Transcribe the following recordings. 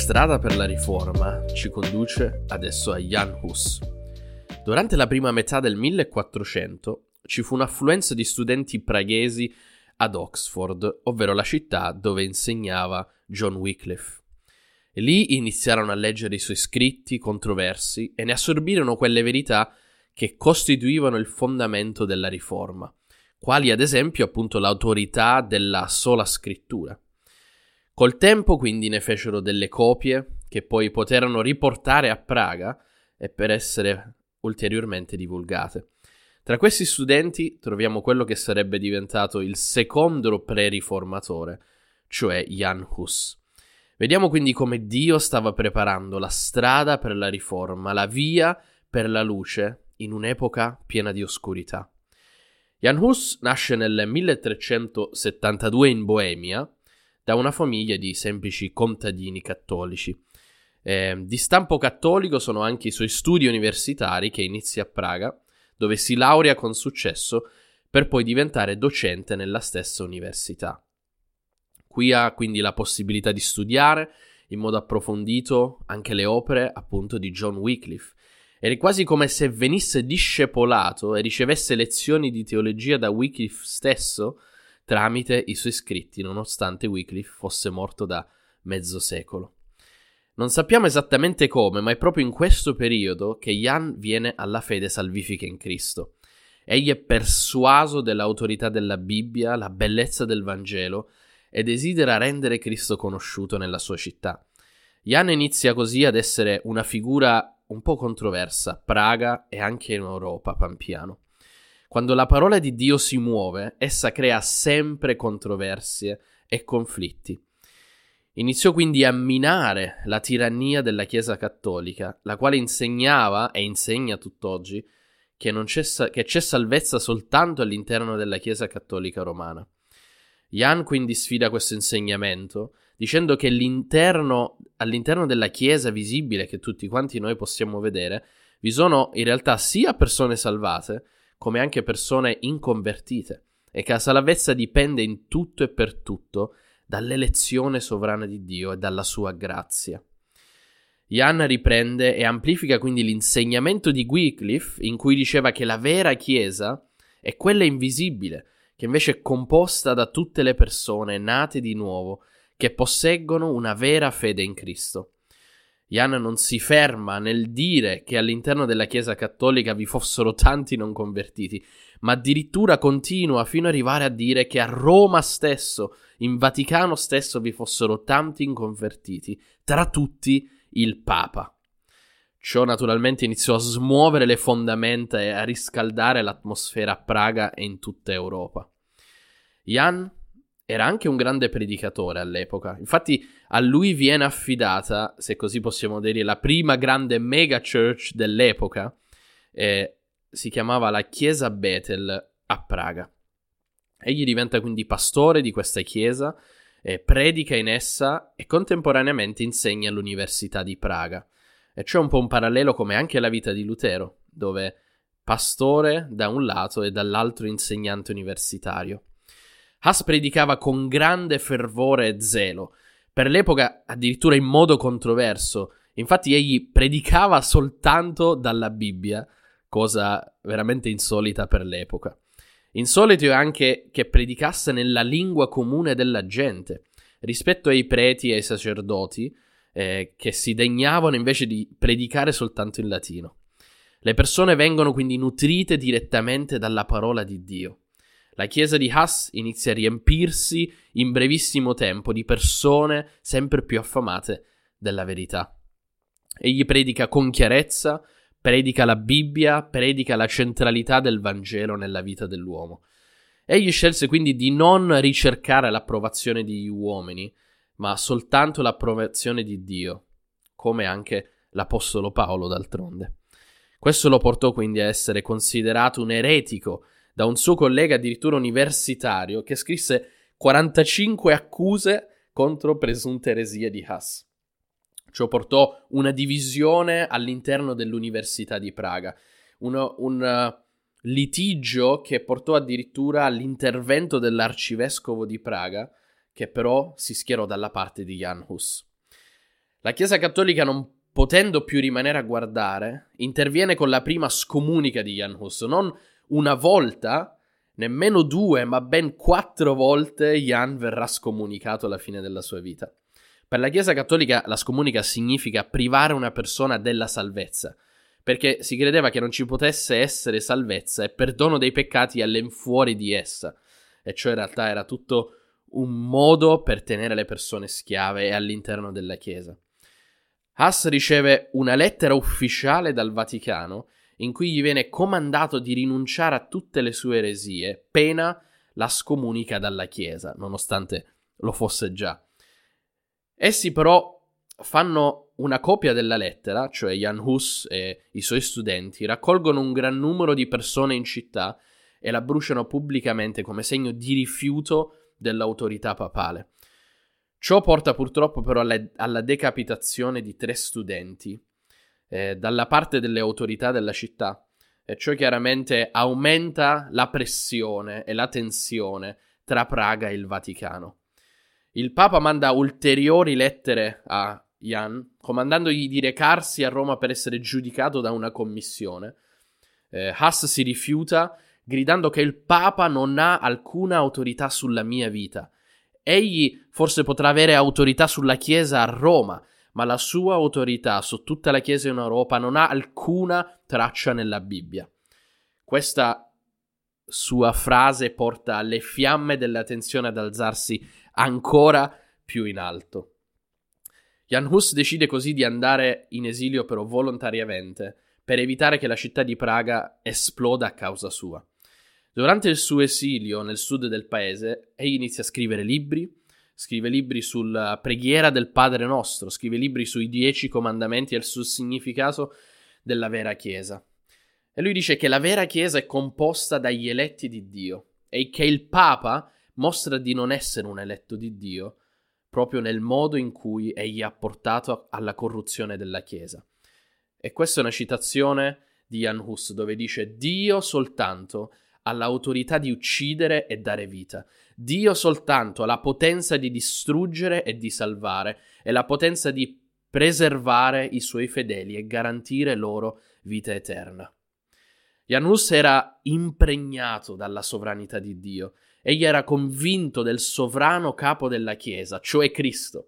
strada per la riforma ci conduce adesso a Jan Hus. Durante la prima metà del 1400 ci fu un'affluenza di studenti praghesi ad Oxford, ovvero la città dove insegnava John Wycliffe. E lì iniziarono a leggere i suoi scritti controversi e ne assorbirono quelle verità che costituivano il fondamento della riforma, quali ad esempio appunto l'autorità della sola scrittura. Col tempo quindi ne fecero delle copie che poi poterono riportare a Praga e per essere ulteriormente divulgate. Tra questi studenti troviamo quello che sarebbe diventato il secondo pre-riformatore, cioè Jan Hus. Vediamo quindi come Dio stava preparando la strada per la riforma, la via per la luce in un'epoca piena di oscurità. Jan Hus nasce nel 1372 in Boemia da una famiglia di semplici contadini cattolici. Di stampo cattolico sono anche i suoi studi universitari che inizia a Praga, dove si laurea con successo per poi diventare docente nella stessa università. Qui ha quindi la possibilità di studiare in modo approfondito anche le opere appunto di John Wycliffe. È quasi come se venisse discepolato e ricevesse lezioni di teologia da Wycliffe stesso tramite i suoi scritti, nonostante Wycliffe fosse morto da mezzo secolo. Non sappiamo esattamente come, ma è proprio in questo periodo che Jan viene alla fede salvifica in Cristo. Egli è persuaso dell'autorità della Bibbia, la bellezza del Vangelo e desidera rendere Cristo conosciuto nella sua città. Jan inizia così ad essere una figura un po' controversa a Praga e anche in Europa, Pampiano. Quando la parola di Dio si muove, essa crea sempre controversie e conflitti. Iniziò quindi a minare la tirannia della Chiesa cattolica, la quale insegnava e insegna tutt'oggi che c'è salvezza soltanto all'interno della Chiesa cattolica romana. Jan quindi sfida questo insegnamento dicendo che all'interno della Chiesa visibile che tutti quanti noi possiamo vedere vi sono in realtà sia persone salvate come anche persone inconvertite e che la salvezza dipende in tutto e per tutto dall'elezione sovrana di Dio e dalla sua grazia. Jan riprende e amplifica quindi l'insegnamento di Wycliffe in cui diceva che la vera Chiesa è quella invisibile, che invece è composta da tutte le persone nate di nuovo che posseggono una vera fede in Cristo. Jan non si ferma nel dire che all'interno della Chiesa cattolica vi fossero tanti non convertiti, ma addirittura continua fino ad arrivare a dire che a Roma stesso, in Vaticano stesso, vi fossero tanti inconvertiti, tra tutti il Papa. Ciò naturalmente iniziò a smuovere le fondamenta e a riscaldare l'atmosfera a Praga e in tutta Europa. Jan era anche un grande predicatore all'epoca, infatti a lui viene affidata, se così possiamo dire, la prima grande mega church dell'epoca, si chiamava la Chiesa Bethel a Praga. Egli diventa quindi pastore di questa chiesa, predica in essa e contemporaneamente insegna all'Università di Praga. E c'è un po' un parallelo come anche la vita di Lutero, dove pastore da un lato e dall'altro insegnante universitario. Hus predicava con grande fervore e zelo, per l'epoca addirittura in modo controverso. Infatti egli predicava soltanto dalla Bibbia, cosa veramente insolita per l'epoca. Insolito è anche che predicasse nella lingua comune della gente, rispetto ai preti e ai sacerdoti, che si degnavano invece di predicare soltanto in latino. Le persone vengono quindi nutrite direttamente dalla parola di Dio. La chiesa di Hus inizia a riempirsi in brevissimo tempo di persone sempre più affamate della verità. Egli predica con chiarezza, predica la Bibbia, predica la centralità del Vangelo nella vita dell'uomo. Egli scelse quindi di non ricercare l'approvazione degli uomini, ma soltanto l'approvazione di Dio, come anche l'Apostolo Paolo d'altronde. Questo lo portò quindi a essere considerato un eretico da un suo collega addirittura universitario che scrisse 45 accuse contro presunte eresie di Hus. Ciò portò una divisione all'interno dell'Università di Praga, un litigio che portò addirittura all'intervento dell'arcivescovo di Praga, che però si schierò dalla parte di Jan Hus. La Chiesa Cattolica, non potendo più rimanere a guardare, interviene con la prima scomunica di Jan Hus. Non una volta, nemmeno 2, ma ben 4 volte Jan verrà scomunicato alla fine della sua vita. Per la Chiesa Cattolica la scomunica significa privare una persona della salvezza, perché si credeva che non ci potesse essere salvezza e perdono dei peccati all'infuori di essa, e cioè in realtà era tutto un modo per tenere le persone schiave all'interno della Chiesa. Hus riceve una lettera ufficiale dal Vaticano in cui gli viene comandato di rinunciare a tutte le sue eresie, pena la scomunica dalla Chiesa, nonostante lo fosse già. Essi però fanno una copia della lettera, cioè Jan Hus e i suoi studenti, raccolgono un gran numero di persone in città e la bruciano pubblicamente come segno di rifiuto dell'autorità papale. Ciò porta purtroppo però alla decapitazione di 3 studenti dalla parte delle autorità della città, e ciò chiaramente aumenta la pressione e la tensione tra Praga e il Vaticano. Il Papa manda ulteriori lettere a Jan, comandandogli di recarsi a Roma per essere giudicato da una commissione. Hus si rifiuta, gridando che il Papa non ha alcuna autorità sulla mia vita. Egli forse potrà avere autorità sulla Chiesa a Roma, ma la sua autorità su tutta la Chiesa in Europa non ha alcuna traccia nella Bibbia. Questa sua frase porta le fiamme della tensione ad alzarsi ancora più in alto. Jan Hus decide così di andare in esilio però volontariamente, per evitare che la città di Praga esploda a causa sua. Durante il suo esilio nel sud del paese, egli inizia a scrive libri sulla preghiera del Padre Nostro, scrive libri sui 10 comandamenti e sul significato della vera Chiesa. E lui dice che la vera Chiesa è composta dagli eletti di Dio e che il Papa mostra di non essere un eletto di Dio proprio nel modo in cui egli ha portato alla corruzione della Chiesa. E questa è una citazione di Jan Hus, dove dice: Dio soltanto ha l'autorità di uccidere e dare vita. Dio soltanto ha la potenza di distruggere e di salvare, e la potenza di preservare i suoi fedeli e garantire loro vita eterna. Jan Hus era impregnato dalla sovranità di Dio. Egli era convinto del sovrano capo della Chiesa, cioè Cristo.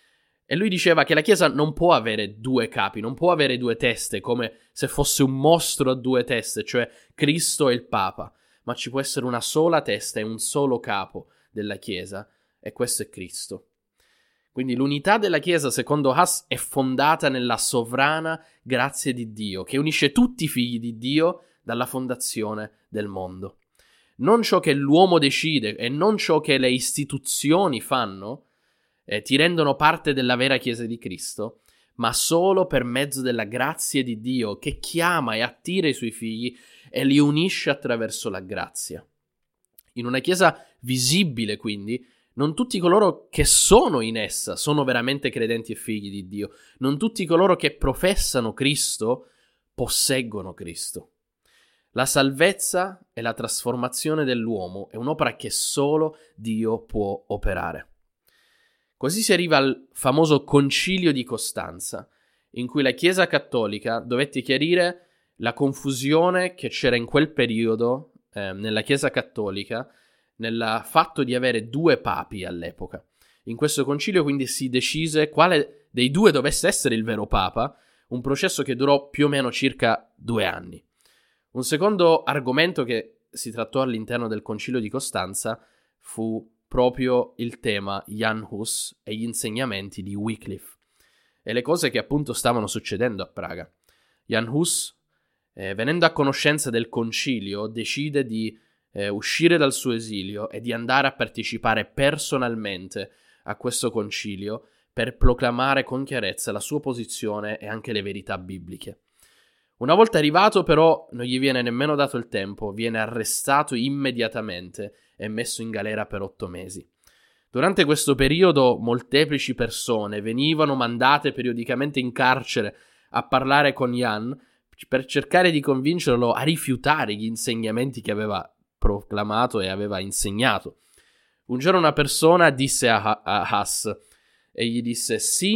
E lui diceva che la Chiesa non può avere 2 capi, non può avere 2 teste, come se fosse un mostro a 2 teste, cioè Cristo e il Papa, ma ci può essere una sola testa e un solo capo della Chiesa, e questo è Cristo. Quindi l'unità della Chiesa, secondo Hus, è fondata nella sovrana grazia di Dio, che unisce tutti i figli di Dio dalla fondazione del mondo. Non ciò che l'uomo decide e non ciò che le istituzioni fanno ti rendono parte della vera Chiesa di Cristo, ma solo per mezzo della grazia di Dio che chiama e attira i suoi figli e li unisce attraverso la grazia. In una Chiesa visibile, quindi, non tutti coloro che sono in essa sono veramente credenti e figli di Dio. Non tutti coloro che professano Cristo posseggono Cristo. La salvezza e la trasformazione dell'uomo è un'opera che solo Dio può operare. Così si arriva al famoso Concilio di Costanza, in cui la Chiesa Cattolica dovette chiarire la confusione che c'era in quel periodo nella Chiesa Cattolica nel fatto di avere 2 papi all'epoca. In questo concilio quindi si decise quale dei 2 dovesse essere il vero papa, un processo che durò più o meno circa 2 anni. Un secondo argomento che si trattò all'interno del Concilio di Costanza fu proprio il tema Jan Hus e gli insegnamenti di Wycliffe e le cose che appunto stavano succedendo a Praga. Jan Hus, venendo a conoscenza del concilio, decide di uscire dal suo esilio e di andare a partecipare personalmente a questo concilio per proclamare con chiarezza la sua posizione e anche le verità bibliche. Una volta arrivato però non gli viene nemmeno dato il tempo, viene arrestato immediatamente e messo in galera per 8 mesi. Durante questo periodo molteplici persone venivano mandate periodicamente in carcere a parlare con Jan per cercare di convincerlo a rifiutare gli insegnamenti che aveva proclamato e aveva insegnato. Un giorno una persona disse a Hus e gli disse: Sin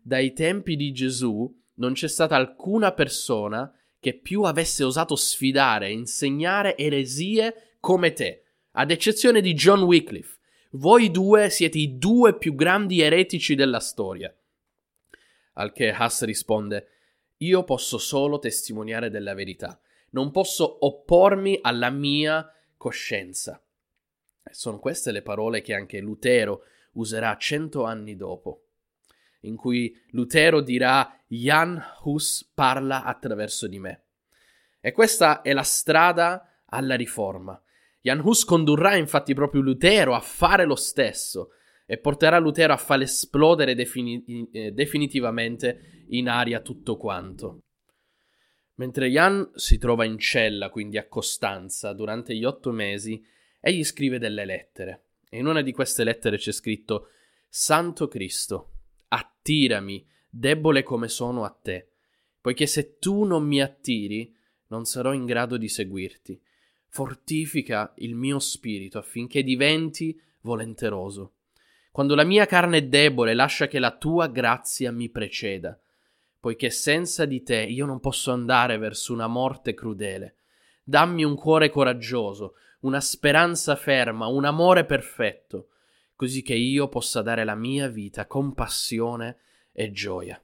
dai tempi di Gesù non c'è stata alcuna persona che più avesse osato sfidare e insegnare eresie come te, ad eccezione di John Wycliffe. Voi due siete i due più grandi eretici della storia. Al che Huss risponde: io posso solo testimoniare della verità, non posso oppormi alla mia coscienza. E sono queste le parole che anche Lutero userà 100 anni dopo, in cui Lutero dirà: Jan Hus parla attraverso di me. E questa è la strada alla riforma. Jan Hus condurrà infatti proprio Lutero a fare lo stesso e porterà Lutero a far esplodere definitivamente in aria tutto quanto. Mentre Jan si trova in cella, quindi a Costanza, durante gli 8 mesi, egli scrive delle lettere. E in una di queste lettere c'è scritto: Santo Cristo, attirami, debole come sono, a te, poiché se tu non mi attiri, non sarò in grado di seguirti. Fortifica il mio spirito affinché diventi volenteroso. Quando la mia carne è debole, lascia che la tua grazia mi preceda, poiché senza di te io non posso andare verso una morte crudele. Dammi un cuore coraggioso, una speranza ferma, un amore perfetto, così che io possa dare la mia vita con passione e gioia.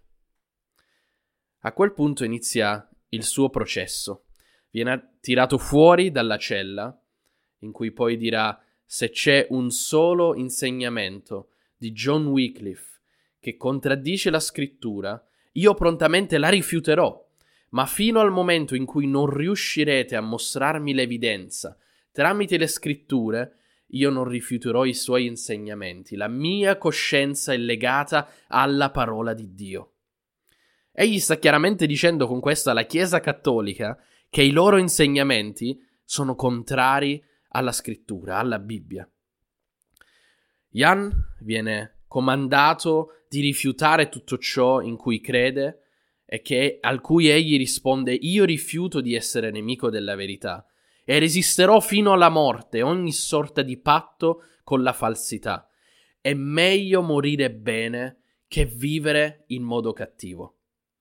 A quel punto inizia il suo processo. Viene tirato fuori dalla cella, in cui poi dirà: se c'è un solo insegnamento di John Wycliffe che contraddice la scrittura, io prontamente la rifiuterò, ma fino al momento in cui non riuscirete a mostrarmi l'evidenza tramite le scritture, io non rifiuterò i suoi insegnamenti. La mia coscienza è legata alla parola di Dio. Egli sta chiaramente dicendo con questo alla Chiesa Cattolica che i loro insegnamenti sono contrari alla scrittura, alla Bibbia. Jan viene comandato di rifiutare tutto ciò in cui crede e al cui egli risponde: io rifiuto di essere nemico della verità e resisterò fino alla morte ogni sorta di patto con la falsità. È meglio morire bene che vivere in modo cattivo.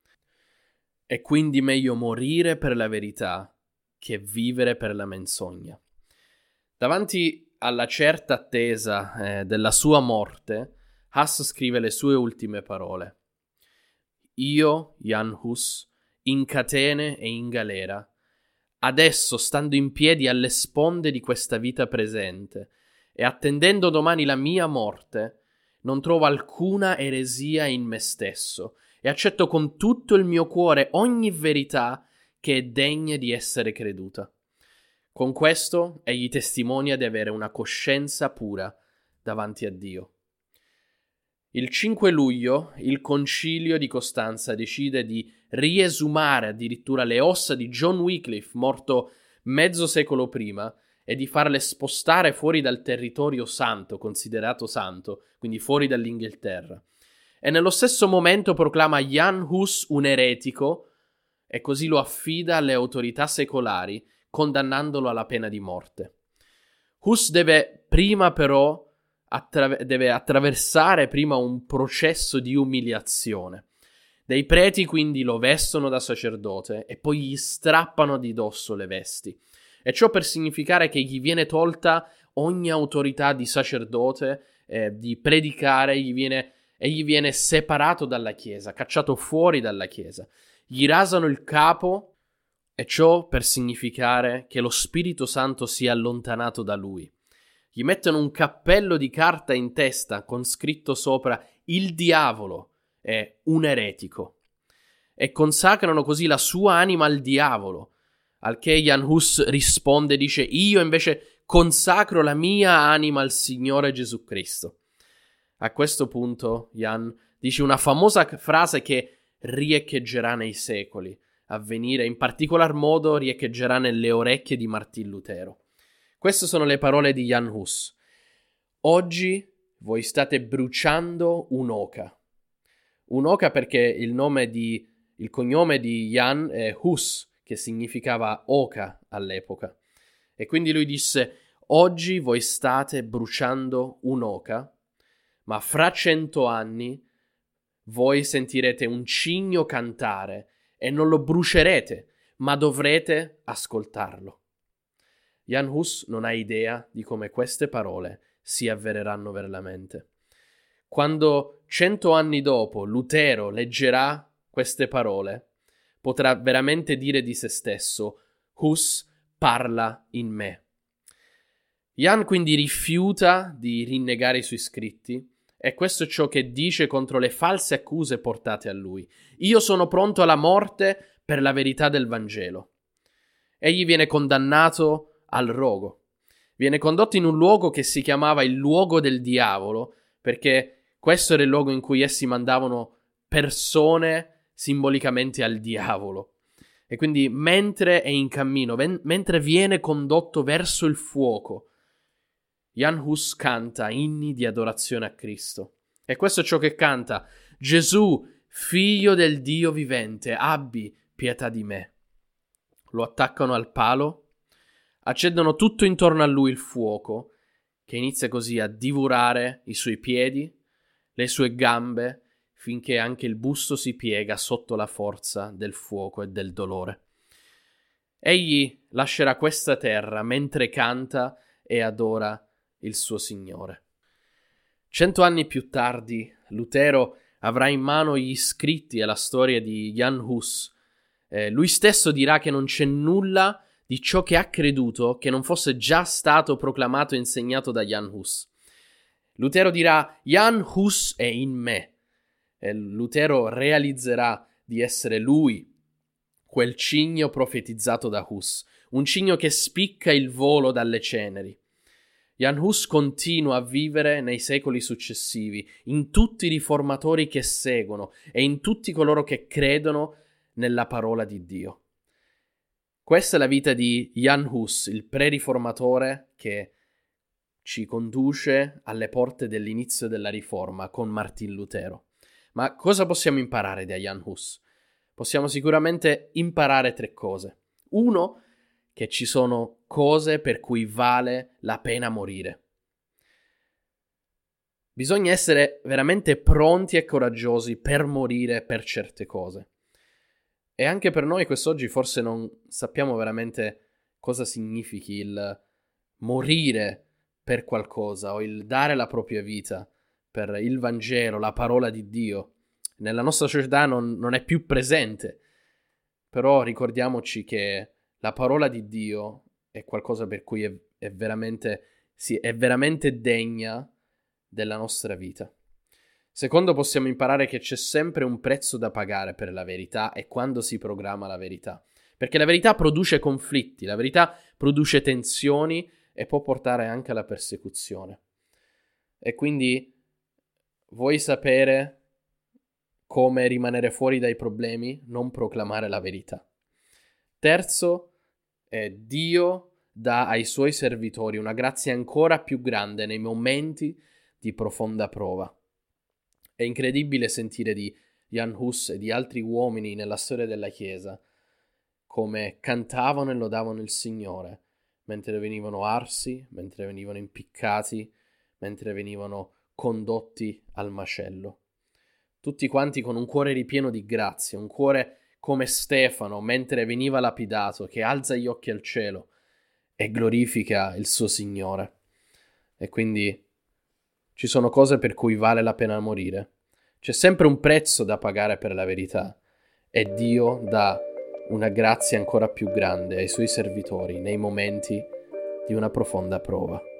È quindi meglio morire per la verità che vivere per la menzogna. Davanti alla certa attesa della sua morte, Huss scrive le sue ultime parole. Io, Jan Hus, in catene e in galera, adesso stando in piedi alle sponde di questa vita presente e attendendo domani la mia morte, non trovo alcuna eresia in me stesso e accetto con tutto il mio cuore ogni verità che è degna di essere creduta. Con questo egli testimonia di avere una coscienza pura davanti a Dio. Il 5 luglio il concilio di Costanza decide di riesumare addirittura le ossa di John Wycliffe, morto mezzo secolo prima, e di farle spostare fuori dal territorio santo, considerato santo, quindi fuori dall'Inghilterra. E nello stesso momento proclama Jan Hus un eretico e così lo affida alle autorità secolari, condannandolo alla pena di morte. Hus deve prima però deve attraversare prima un processo di umiliazione. Dei preti quindi lo vestono da sacerdote e poi gli strappano di dosso le vesti. E ciò per significare che gli viene tolta ogni autorità di sacerdote, di predicare, egli viene separato dalla Chiesa, cacciato fuori dalla Chiesa. Gli rasano il capo e ciò per significare che lo Spirito Santo si è allontanato da lui. Gli mettono un cappello di carta in testa con scritto sopra: il diavolo è un eretico, e consacrano così la sua anima al diavolo, al che Jan Hus risponde, dice: io invece consacro la mia anima al Signore Gesù Cristo. A questo punto Jan dice una famosa frase che riecheggerà nei secoli a venire, in particolar modo riecheggerà nelle orecchie di Martin Lutero. Queste sono le parole di Jan Hus. Oggi voi state bruciando un'oca. Un'oca perché il cognome di Jan è Hus, che significava oca all'epoca. E quindi lui disse: oggi voi state bruciando un'oca, ma fra 100 anni voi sentirete un cigno cantare e non lo brucerete, ma dovrete ascoltarlo. Jan Hus non ha idea di come queste parole si avvereranno veramente. Quando 100 anni dopo Lutero leggerà queste parole, potrà veramente dire di se stesso: Hus parla in me. Jan quindi rifiuta di rinnegare i suoi scritti, e questo è ciò che dice contro le false accuse portate a lui. Io sono pronto alla morte per la verità del Vangelo. Egli viene condannato al rogo. Viene condotto in un luogo che si chiamava il luogo del diavolo, perché questo era il luogo in cui essi mandavano persone simbolicamente al diavolo. E quindi mentre è in cammino, mentre viene condotto verso il fuoco, Jan Hus canta inni di adorazione a Cristo. E questo è ciò che canta: Gesù, figlio del Dio vivente, abbi pietà di me. Lo attaccano al palo, accendono tutto intorno a lui il fuoco, che inizia così a divorare i suoi piedi, le sue gambe, finché anche il busto si piega sotto la forza del fuoco e del dolore. Egli lascerà questa terra mentre canta e adora il suo Signore. 100 anni più tardi, Lutero avrà in mano gli scritti e la storia di Jan Hus. Lui stesso dirà che non c'è nulla di ciò che ha creduto che non fosse già stato proclamato e insegnato da Jan Hus. Lutero dirà: Jan Hus è in me. E Lutero realizzerà di essere lui, quel cigno profetizzato da Hus, un cigno che spicca il volo dalle ceneri. Jan Hus continua a vivere nei secoli successivi, in tutti i riformatori che seguono e in tutti coloro che credono nella parola di Dio. Questa è la vita di Jan Hus, il pre-riformatore che ci conduce alle porte dell'inizio della Riforma con Martin Lutero. Ma cosa possiamo imparare da Jan Hus? Possiamo sicuramente imparare 3 cose. 1, che ci sono cose per cui vale la pena morire. Bisogna essere veramente pronti e coraggiosi per morire per certe cose. E anche per noi quest'oggi forse non sappiamo veramente cosa significhi il morire per qualcosa o il dare la propria vita per il Vangelo, la parola di Dio. Nella nostra società non è più presente, però ricordiamoci che la parola di Dio è qualcosa per cui è veramente degna della nostra vita. Secondo, possiamo imparare che c'è sempre un prezzo da pagare per la verità e quando si proclama la verità. Perché la verità produce conflitti, la verità produce tensioni e può portare anche alla persecuzione. E quindi vuoi sapere come rimanere fuori dai problemi? Non proclamare la verità. Terzo, Dio dà ai suoi servitori una grazia ancora più grande nei momenti di profonda prova. È incredibile sentire di Jan Hus e di altri uomini nella storia della Chiesa come cantavano e lodavano il Signore mentre venivano arsi, mentre venivano impiccati, mentre venivano condotti al macello. Tutti quanti con un cuore ripieno di grazia, un cuore come Stefano mentre veniva lapidato, che alza gli occhi al cielo e glorifica il suo Signore. E quindi ci sono cose per cui vale la pena morire. C'è sempre un prezzo da pagare per la verità e Dio dà una grazia ancora più grande ai suoi servitori nei momenti di una profonda prova.